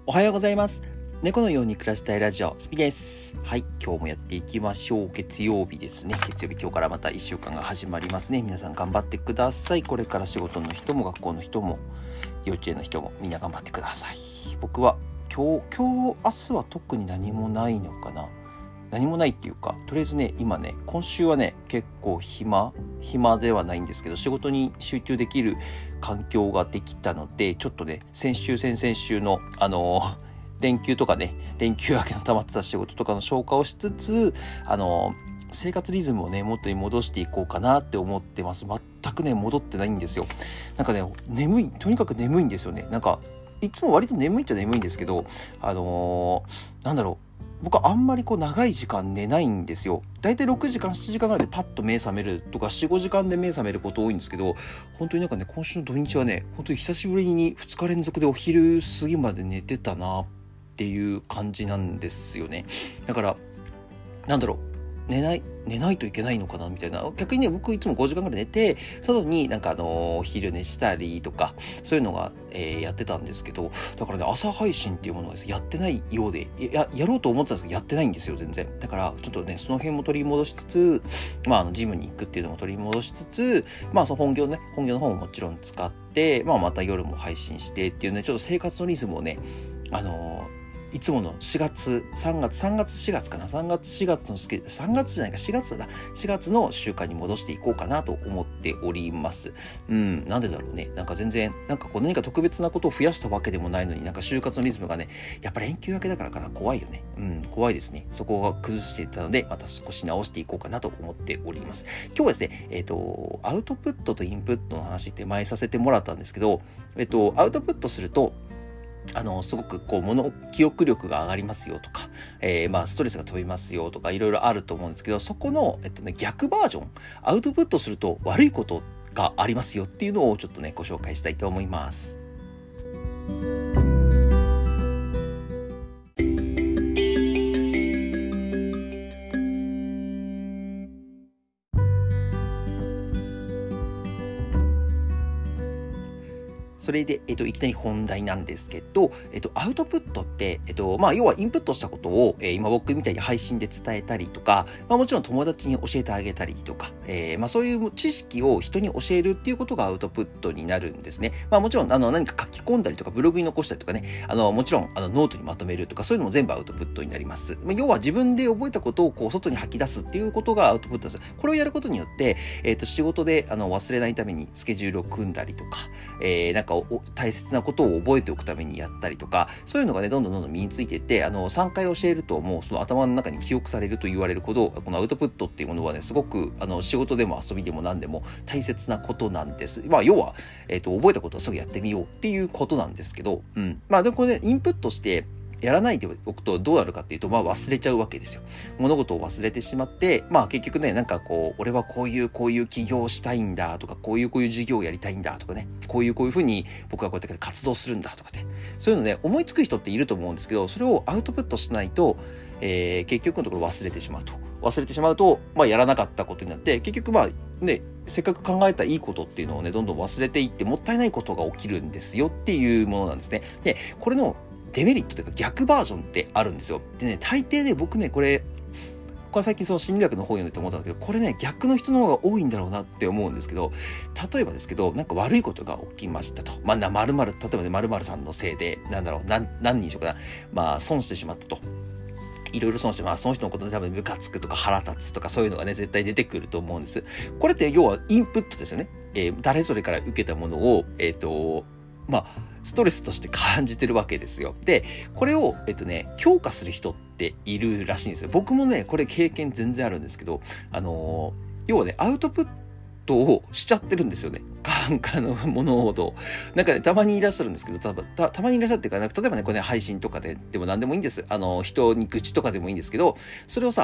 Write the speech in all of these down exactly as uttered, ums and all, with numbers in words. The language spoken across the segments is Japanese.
おはようございます。猫のように暮らしたいラジオスピです。はい、今日もやっていきましょう。月曜日ですね。月曜日、今日からまたいっしゅうかんが始まりますね。皆さん頑張ってください。これから仕事の人も学校の人も幼稚園の人もみんな頑張ってください。僕は今日今日明日は特に何もないのかな。何もないっていうか、とりあえずね、今ね、今週はね、結構暇暇ではないんですけど、仕事に集中できる環境ができたので、ちょっとね、先週先々週のあのー、連休とかね、連休明けの溜まってた仕事とかの消化をしつつ、あのー、生活リズムをね、元に戻していこうかなって思ってます。全くね、戻ってないんですよ。なんかね、眠い、とにかく眠いんですよね。なんか、いつも割と眠いっちゃ眠いんですけど、あのー、なんだろう、僕はあんまりこう長い時間寝ないんですよ。だいたいろくじかん、しちじかんぐらいでパッと目覚めるとか、よん、ごじかんで目覚めること多いんですけど、本当になんかね、今週の土日はね、本当に久しぶりにふつか連続でお昼過ぎまで寝てたなっていう感じなんですよね。だから、なんだろう、寝ない、寝ないといけないのかなみたいな。逆にね、僕いつもごじかんぐらい寝て、外になんかあのー、昼寝したりとか、そういうのが、えー、やってたんですけど、だからね、朝配信っていうものをやってないようで、や、やろうと思ってたんですけど、やってないんですよ、全然。だから、ちょっとね、その辺も取り戻しつつ、まあ、あの、ジムに行くっていうのも取り戻しつつ、まあ、その本業ね、本業の方ももちろん使って、まあ、また夜も配信してっていうね、ちょっと生活のリズムをね、あのー、いつものしがつ、さんがつ、さんがつしがつかな、さんがつしがつのスケ、さんがつじゃないか、しがつだな、しがつの習慣に戻していこうかなと思っております。うん、なんでだろうね。なんか全然、なんかこう何か特別なことを増やしたわけでもないのに、なんか就活のリズムがね、やっぱ連休明けだからかな、怖いよね。うん、怖いですね。そこが崩していたので、また少し直していこうかなと思っております。今日はですね、えっと、アウトプットとインプットの話って前させてもらったんですけど、えっと、アウトプットすると、あの、すごくこう、物、記憶力が上がりますよとか、えー、まあ、ストレスが飛びますよとか、いろいろあると思うんですけど、そこの、えっとね、逆バージョン、アウトプットすると悪いことがありますよっていうのをちょっとね、ご紹介したいと思います。それで、えっと、いきなり本題なんですけど、えっと、アウトプットって、えっと、まあ、要はインプットしたことを、えー、今僕みたいに配信で伝えたりとか、まあ、もちろん友達に教えてあげたりとか、えー、まあ、そういう知識を人に教えるっていうことがアウトプットになるんですね。まあ、もちろん、あの、何か書き込んだりとか、ブログに残したりとかね、あの、もちろん、あの、ノートにまとめるとか、そういうのも全部アウトプットになります。まあ、要は自分で覚えたことを、こう、外に吐き出すっていうことがアウトプットです。これをやることによって、えっと、仕事で、あの、忘れないためにスケジュールを組んだりとか、えー、なんかお、大切なことを覚えておくためにやったりとか、そういうのがね、どんどんどんどん身についていって、あの、さんかい教えると、もうその頭の中に記憶されると言われるほど、このアウトプットっていうものはね、すごく、あの、仕事でも遊びでも何でも大切なことなんです。まあ、要は、えっと、覚えたことはすぐやってみようっていうことなんですけど、うん。まあ、でもこれね、インプットして、やらないでおくとどうなるかっていうと、まあ忘れちゃうわけですよ。物事を忘れてしまって、まあ結局ね、なんかこう、俺はこういうこういう起業をしたいんだとか、こういうこういう事業をやりたいんだとかね、こういうこういうふうに僕はこうやって活動するんだとかね、そういうのね、思いつく人っていると思うんですけど、それをアウトプットしないと、えー、結局のところ忘れてしまうと。忘れてしまうと、まあやらなかったことになって、結局まあね、せっかく考えたいいことっていうのをね、どんどん忘れていって、もったいないことが起きるんですよっていうものなんですね。で、これのデメリットというか逆バージョンってあるんですよ。でね、大抵ね、僕ね、これ、これ最近その心理学の本読んでて思ったんですけど、これね、逆の人の方が多いんだろうなって思うんですけど、例えばですけど、なんか悪いことが起きましたと。まあ、な、〇〇、例えばね、〇〇さんのせいで、なんだろう、何、何にしようかな。まあ、損してしまったと。いろいろ損して、まあ、その人のことで多分ムカつくとか腹立つとかそういうのがね、絶対出てくると思うんです。これって要はインプットですよね。えー、誰それから受けたものを、えっと、まあ、ストレスとして感じてるわけですよ。で、これを、えっとね、強化する人っているらしいんですよ。僕もね、これ経験全然あるんですけど、あのー、要はね、アウトプットをしちゃってるんですよね。なんかの物事を。なんかね、たまにいらっしゃるんですけど、たたたまにいらっしゃってか、なんか例えばね、これね、配信とかで、でも何でもいいんです。あの、人に愚痴とかでもいいんですけど、それをさ、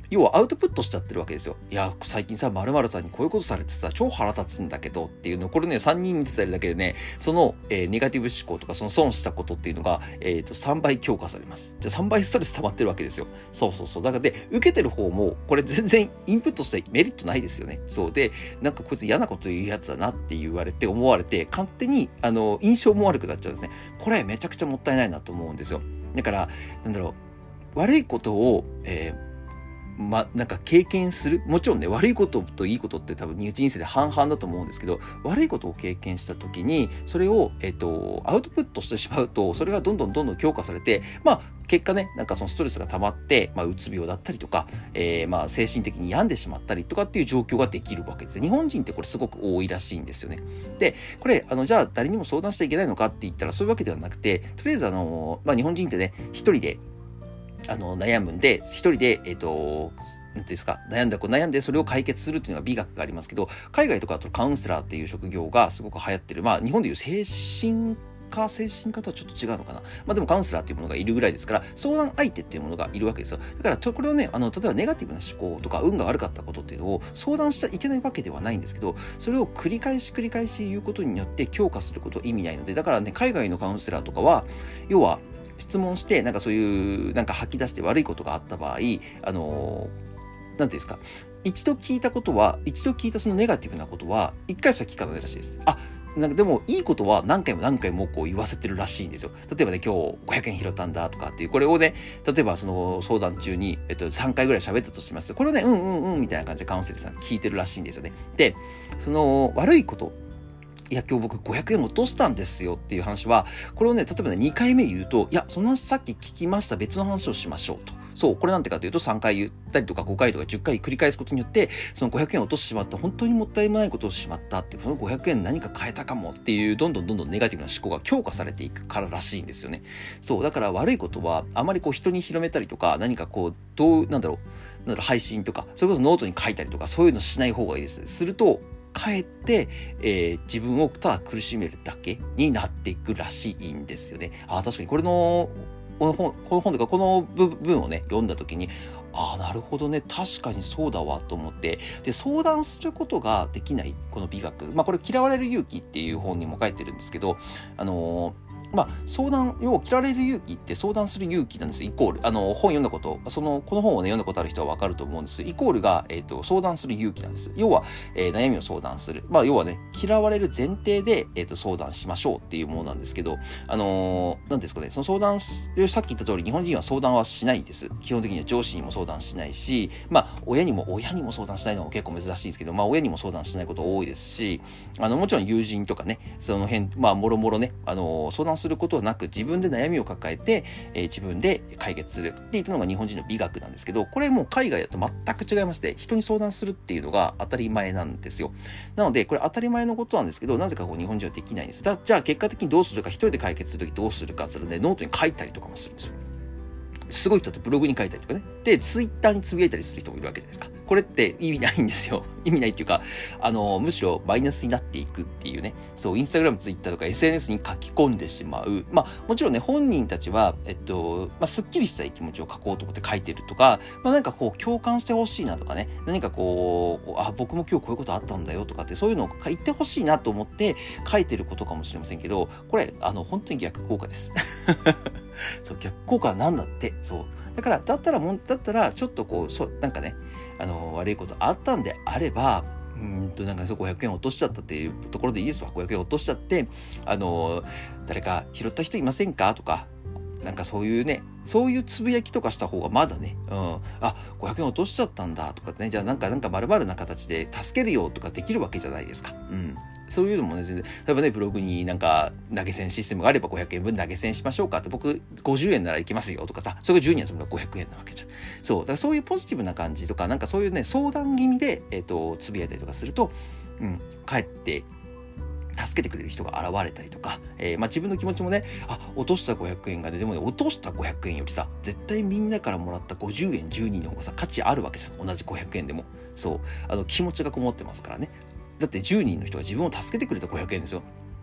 要はアウトプットしちゃってるわけですよ。いや、最近さ、〇〇さんにこういうことされてさ、超腹立つんだけどっていうの、これね、さんにんに伝えるだけでね、その、えー、ネガティブ思考とか、その損したことっていうのが、えっと、さんばい強化されます。じゃあさんばいストレス溜まってるわけですよ。そうそうそう。だからで、受けてる方も、これ全然インプットしたメリットないですよね。そうで、なんかこいつ嫌なこと言うやつだなって言われて、思われて、勝手に、あの、印象も悪くなっちゃうんですね。これめちゃくちゃもったいないなと思うんですよ。だから、なんだろう、悪いことを、えーま、なんか経験する。もちろんね、悪いことといいことって多分人生で半々だと思うんですけど、悪いことを経験した時に、それを、えっと、アウトプットしてしまうと、それがどんどんどんどん強化されて、まあ、結果ね、なんかそのストレスが溜まって、まあ、うつ病だったりとか、えー、まあ、精神的に病んでしまったりとかっていう状況ができるわけです。日本人ってこれすごく多いらしいんですよね。で、これ、あの、じゃあ誰にも相談しちゃいけないのかって言ったらそういうわけではなくて、とりあえずあの、まあ、日本人ってね、一人で、あの、悩むんで、一人で、えっと、なんていうんですか、悩んだ、こう悩んでそれを解決するっていうのが美学がありますけど、海外とかだとカウンセラーっていう職業がすごく流行ってる。まあ、日本でいう精神科、精神科とはちょっと違うのかな。まあでもカウンセラーっていうものがいるぐらいですから、相談相手っていうものがいるわけですよ。だから、これをね、あの、例えばネガティブな思考とか運が悪かったことっていうのを相談しちゃいけないわけではないんですけど、それを繰り返し繰り返し言うことによって強化することは意味ないので、だからね、海外のカウンセラーとかは、要は、質問して、なんかそういう、なんか吐き出して悪いことがあった場合、あの、なんていうんですか、一度聞いたことは、一度聞いたそのネガティブなことは、一回しか聞かないらしいです。あ、なんかでも、いいことは何回も何回もこう言わせてるらしいんですよ。例えばね、今日ごひゃくえん拾ったんだとかっていう、これをね、例えばその相談中に、えっと、さんかいぐらい喋ったとします。これをね、うんうんうんみたいな感じでカウンセラーさん聞いてるらしいんですよね。で、その悪いこと、いや、今日僕ごひゃくえん落としたんですよっていう話は、これをね、例えばね、にかいめ言うと、いや、その話さっき聞きました、別の話をしましょうと。そう、これなんてかというとさんかい言ったりとかごかいとかじゅっかい繰り返すことによって、そのごひゃくえんを落としてしまった、本当にもったいないことをしまったっていう、そのごひゃくえん何か変えたかもっていう、どんどんどんどんネガティブな思考が強化されていくかららしいんですよね。そう、だから悪いことは、あまりこう人に広めたりとか、何かこう、どう、なんだろう、なんだろう、配信とか、それこそノートに書いたりとか、そういうのしない方がいいです。すると、かえって、えー、自分をただ苦しめるだけになっていくらしいんですよね。あ、確かにこれの、この本、この本とかこの部分をね、読んだ時に、ああ、なるほどね。確かにそうだわと思って。で、相談することができない、この美学。まあ、これ、嫌われる勇気っていう本にも書いてるんですけど、あのー、まあ、相談、要は嫌われる勇気って相談する勇気なんです。イコール。あの、本読んだこと、その、この本をね、読んだことある人はわかると思うんです。イコールが、えっと、相談する勇気なんです。要は、えー、悩みを相談する。まあ、要はね、嫌われる前提で、えっと、相談しましょうっていうものなんですけど、あのー、なんですかね、その相談、さっき言った通り、日本人は相談はしないです。基本的には上司にも相談しないし、まあ、親にも、親にも相談しないのも結構珍しいんですけど、まあ、親にも相談しないこと多いですし、あの、もちろん友人とかね、その辺、まあ、もろもろね、あのー、相談することはなく、自分で悩みを抱えて、えー、自分で解決するっていうのが日本人の美学なんですけど、これもう海外だと全く違いまして、人に相談するっていうのが当たり前なんですよ。なので、これ当たり前のことなんですけど、なぜかこう日本人はできないんです。だじゃあ結果的にどうするか、一人で解決するときどうするかっていうので、ノートに書いたりとかもするんですよ。すごい人ってブログに書いたりとかね。で、ツイッターにつぶやいたりする人もいるわけじゃないですか。これって意味ないんですよ。意味ないっていうか、あの、むしろマイナスになっていくっていうね。そう、インスタグラム、ツイッターとか エスエヌエス に書き込んでしまう。まあ、もちろんね、本人たちは、えっと、まあ、すっきりしたい気持ちを書こうと思って書いてるとか、まあ、なんかこう、共感してほしいなとかね。何かこう、あ、僕も今日こういうことあったんだよとかって、そういうのを言ってほしいなと思って書いてることかもしれませんけど、これ、あの、本当に逆効果です。そう、逆効果なんだって。そう。だから、だったらもん、だったら、ちょっとこう、そ、なんかね、あの、悪いことあったんであれば、うんと、なんかそうごひゃくえん落としちゃったっていうところでいいですわ。ごひゃくえん落としちゃって、あの、誰か拾った人いませんかとか、なんかそういうね、そういうつぶやきとかした方がまだね、うん、あ、ごひゃくえん落としちゃったんだとかね、じゃあなんか、なんか丸々な形で助けるよとかできるわけじゃないですか。うん。そういうのもね、全然、例えばね、ブログになんか投げ銭システムがあればごひゃくえんぶん投げ銭しましょうかって、僕ごじゅうえんならいけますよとかさ、それがじゅうにえんそれがごひゃくえんなわけじゃん。そう、だからそういうポジティブな感じとか、なんかそういうね、相談気味で、えっと、つぶやいたりとかすると、うん、帰って助けてくれる人が現れたりとか、えー、まあ自分の気持ちもね、あ、落としたごひゃくえんがね、でもね、落としたごひゃくえんよりさ、絶対みんなからもらったごじゅうえん、じゅうにんの方がさ、価値あるわけじゃん。同じごひゃくえんでも。そう。あの、気持ちがこもってますからね。だってじゅうにんの人が自分を助けてくれたごひゃくえんですよ。使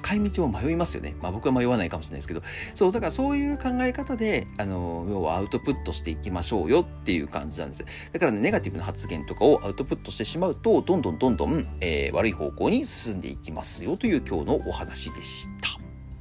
使い道も迷いますよね。まあ僕は迷わないかもしれないですけど、そうだからそういう考え方であの要はアウトプットしていきましょうよっていう感じなんです。だからね、ネガティブな発言とかをアウトプットしてしまうとどんどんどんどん、えー、悪い方向に進んでいきますよという今日のお話でした。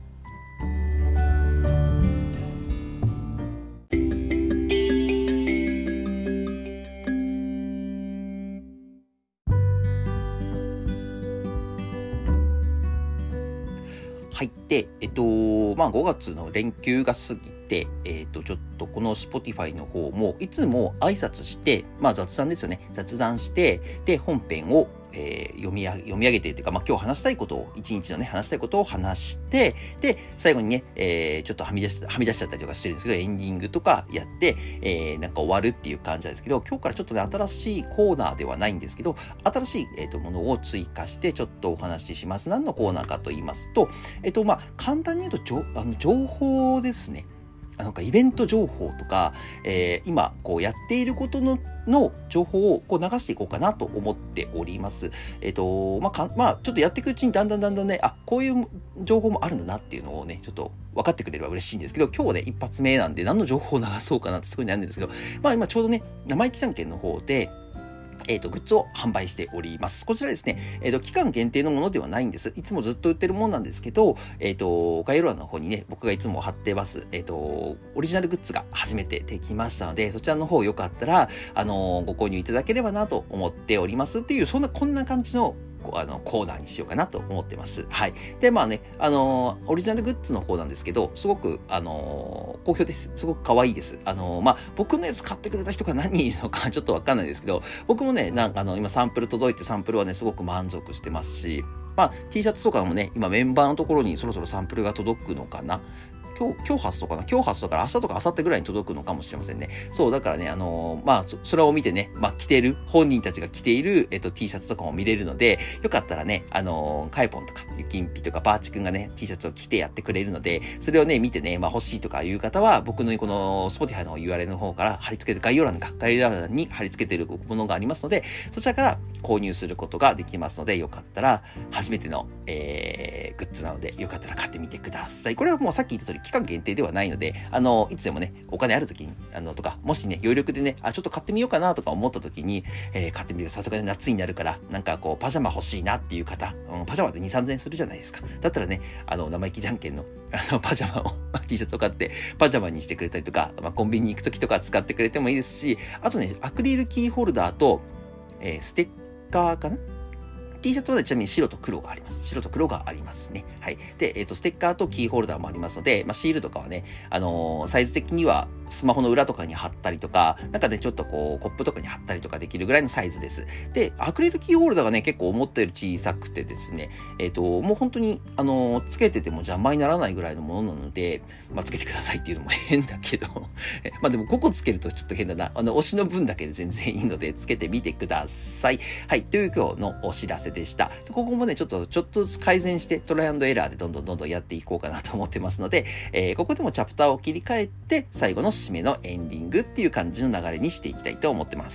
はい。で、えっと、まあ、ごがつの連休が過ぎて、えっと、ちょっとこの Spotify の方も、いつも挨拶して、まあ、雑談ですよね。雑談して、で、本編を、えー、読み上げ、読み上げてというか、まあ、今日話したいことを、一日のね、話したいことを話して、で、最後にね、えー、ちょっとはみ出し、はみ出しちゃったりとかしてるんですけど、エンディングとかやって、えー、なんか終わるっていう感じなんですけど、今日からちょっとね、新しいコーナーではないんですけど、新しい、えーと、ものを追加して、ちょっとお話しします。何のコーナーかと言いますと、えっと、まあ、簡単に言うと、情、あの情報ですね。なんかイベント情報とか、えー、今こうやっていることのの情報をこう流していこうかなと思っております。えっと、まあ、かまあ、ちょっとやっていくうちにだんだんだんだんね、あ、こういう情報もあるんだなっていうのをね、ちょっと分かってくれれば嬉しいんですけど、今日ね、一発目なんで何の情報を流そうかなってすごい悩んでるんですけど、まあ今ちょうどね、生意気じゃんけんの方で、えっと、グッズを販売しております。こちらですね、えっと、期間限定のものではないんです。いつもずっと売ってるものなんですけど、えっと、概要欄の方にね、僕がいつも貼ってます、えっと、オリジナルグッズが初めてできましたので、そちらの方よかったら、あのー、ご購入いただければなと思っておりますっていう、そんな、こんな感じのあのコーナーにしようかなと思ってます。はい。で、まあね、あのー、オリジナルグッズの方なんですけど、すごく、あのー、好評です。すごく可愛いです。あのー、まあ、僕のやつ買ってくれた人が何人いるのかちょっとわかんないですけど、僕もね、なんかあの、今サンプル届いてサンプルはね、すごく満足してますし、まあ、T シャツとかもね、今メンバーのところにそろそろサンプルが届くのかな。今日、今日発送かな今日発送から明日とか明後日ぐらいに届くのかもしれませんね。そう、だからね、あのー、まあそ、それを見てね、まあ、着てる、本人たちが着ている、えっと、T シャツとかも見れるので、よかったらね、あのー、カイポンとか、ゆきんぴとか、バーチくんがね、T シャツを着てやってくれるので、それをね、見てね、まあ、欲しいとかいう方は、僕のこの、Spotify の ユーアールエル の方から貼り付けて、概要欄が、概要欄に貼り付けているものがありますので、そちらから購入することができますので、よかったら、初めての、えー、グッズなので、よかったら買ってみてください。これはもうさっき言った通り、期間限定ではないので、あの、いつでもね、お金あるときに、あの、とか、もしね、余力でね、あ、ちょっと買ってみようかなとか思ったときに、えー、買ってみる。さすがに夏になるから、なんかこう、パジャマ欲しいなっていう方、うん、パジャマでに、さんぜんえんするじゃないですか。だったらね、あの、生意気じゃんけんの、あの、パジャマを、T シャツを買って、パジャマにしてくれたりとか、まあ、コンビニに行くときとか使ってくれてもいいですし、あとね、アクリルキーホルダーと、えー、ステッカーかなT シャツはちなみに白と黒があります。白と黒がありますね。はい。で、えっと、ステッカーとキーホルダーもありますので、まあ、シールとかはね、あのー、サイズ的にはスマホの裏とかに貼ったりとか、なんかね、ちょっとこう、コップとかに貼ったりとかできるぐらいのサイズです。で、アクリルキーホルダーがね、結構思ったより小さくてですね、えっと、もう本当に、あのー、つけてても邪魔にならないぐらいのものなので、まあ、つけてくださいっていうのも変だけど、まあでもごこつけるとちょっと変だな。あの、推しの分だけで全然いいので、つけてみてください。はい。という今日のお知らせでした。ここもね、ちょっと、ちょっとずつ改善して、トライアンドエラーでどんどんどんどんやっていこうかなと思ってますので、えー、ここでもチャプターを切り替えて、最後の締めのエンディングっていう感じの流れにしていきたいと思ってます。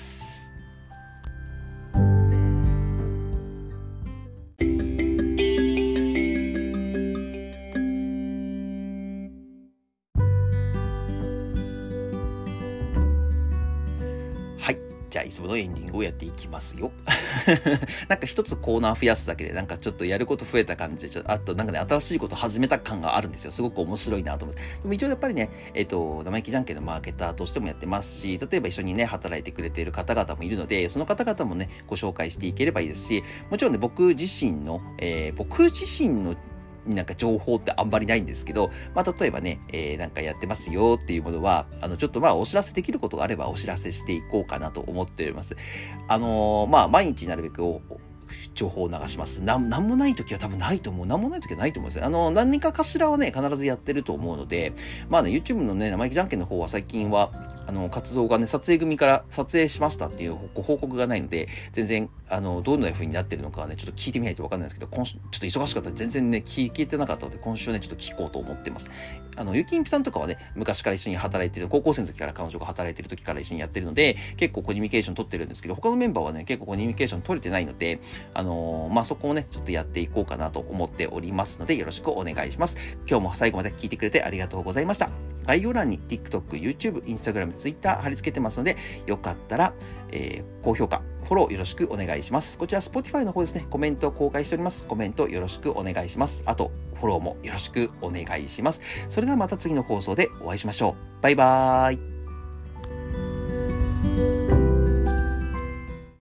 はい。じゃあ、いつものエンディングをやっていきますよ。なんか一つコーナー増やすだけで、なんかちょっとやること増えた感じで、ちょっとあとなんかね、新しいこと始めた感があるんですよ。すごく面白いなと思って。でも一応やっぱりね、えっと、生意気じゃんけんのマーケターとしてもやってますし、例えば一緒にね、働いてくれている方々もいるので、その方々もね、ご紹介していければいいですし、もちろんね、僕自身の、えー、僕自身のなんか情報ってあんまりないんですけど、まあ、例えばね、えー、なんかやってますよっていうものは、あの、ちょっとまあ、お知らせできることがあればお知らせしていこうかなと思っております。あのー、まあ、毎日なるべくお、情報を流します。な、なんもない時は多分ないと思う。なんもない時はないと思うんですよ。あの、何かかしらはね、必ずやってると思うので、まあね、YouTube のね、生意気じゃんけんの方は最近は、 あの、活動がね、撮影組から撮影しましたっていうご報告がないので、全然、あの、どんな風になってるのかはね、ちょっと聞いてみないとわかんないんですけど、今週、ちょっと忙しかったら全然ね、聞けてなかったので、今週ね、ちょっと聞こうと思ってます。あの、ゆきんぴさんとかはね、昔から一緒に働いてる、高校生の時から彼女が働いてる時から一緒にやってるので、結構コミュニケーション取ってるんですけど、他のメンバーはね、結構コミュニケーション取れてないので、あのー、まあ、そこをね、ちょっとやっていこうかなと思っておりますので、よろしくお願いします。今日も最後まで聞いてくれてありがとうございました。概要欄に TikTok、YouTube、Instagram、Twitter 貼り付けてますので、よかったら、えー、高評価、フォローよろしくお願いします。こちら Spotify の方ですね、コメントを公開しております。コメントよろしくお願いします。あと、フォローもよろしくお願いします。それではまた次の放送でお会いしましょう。バイバーイ。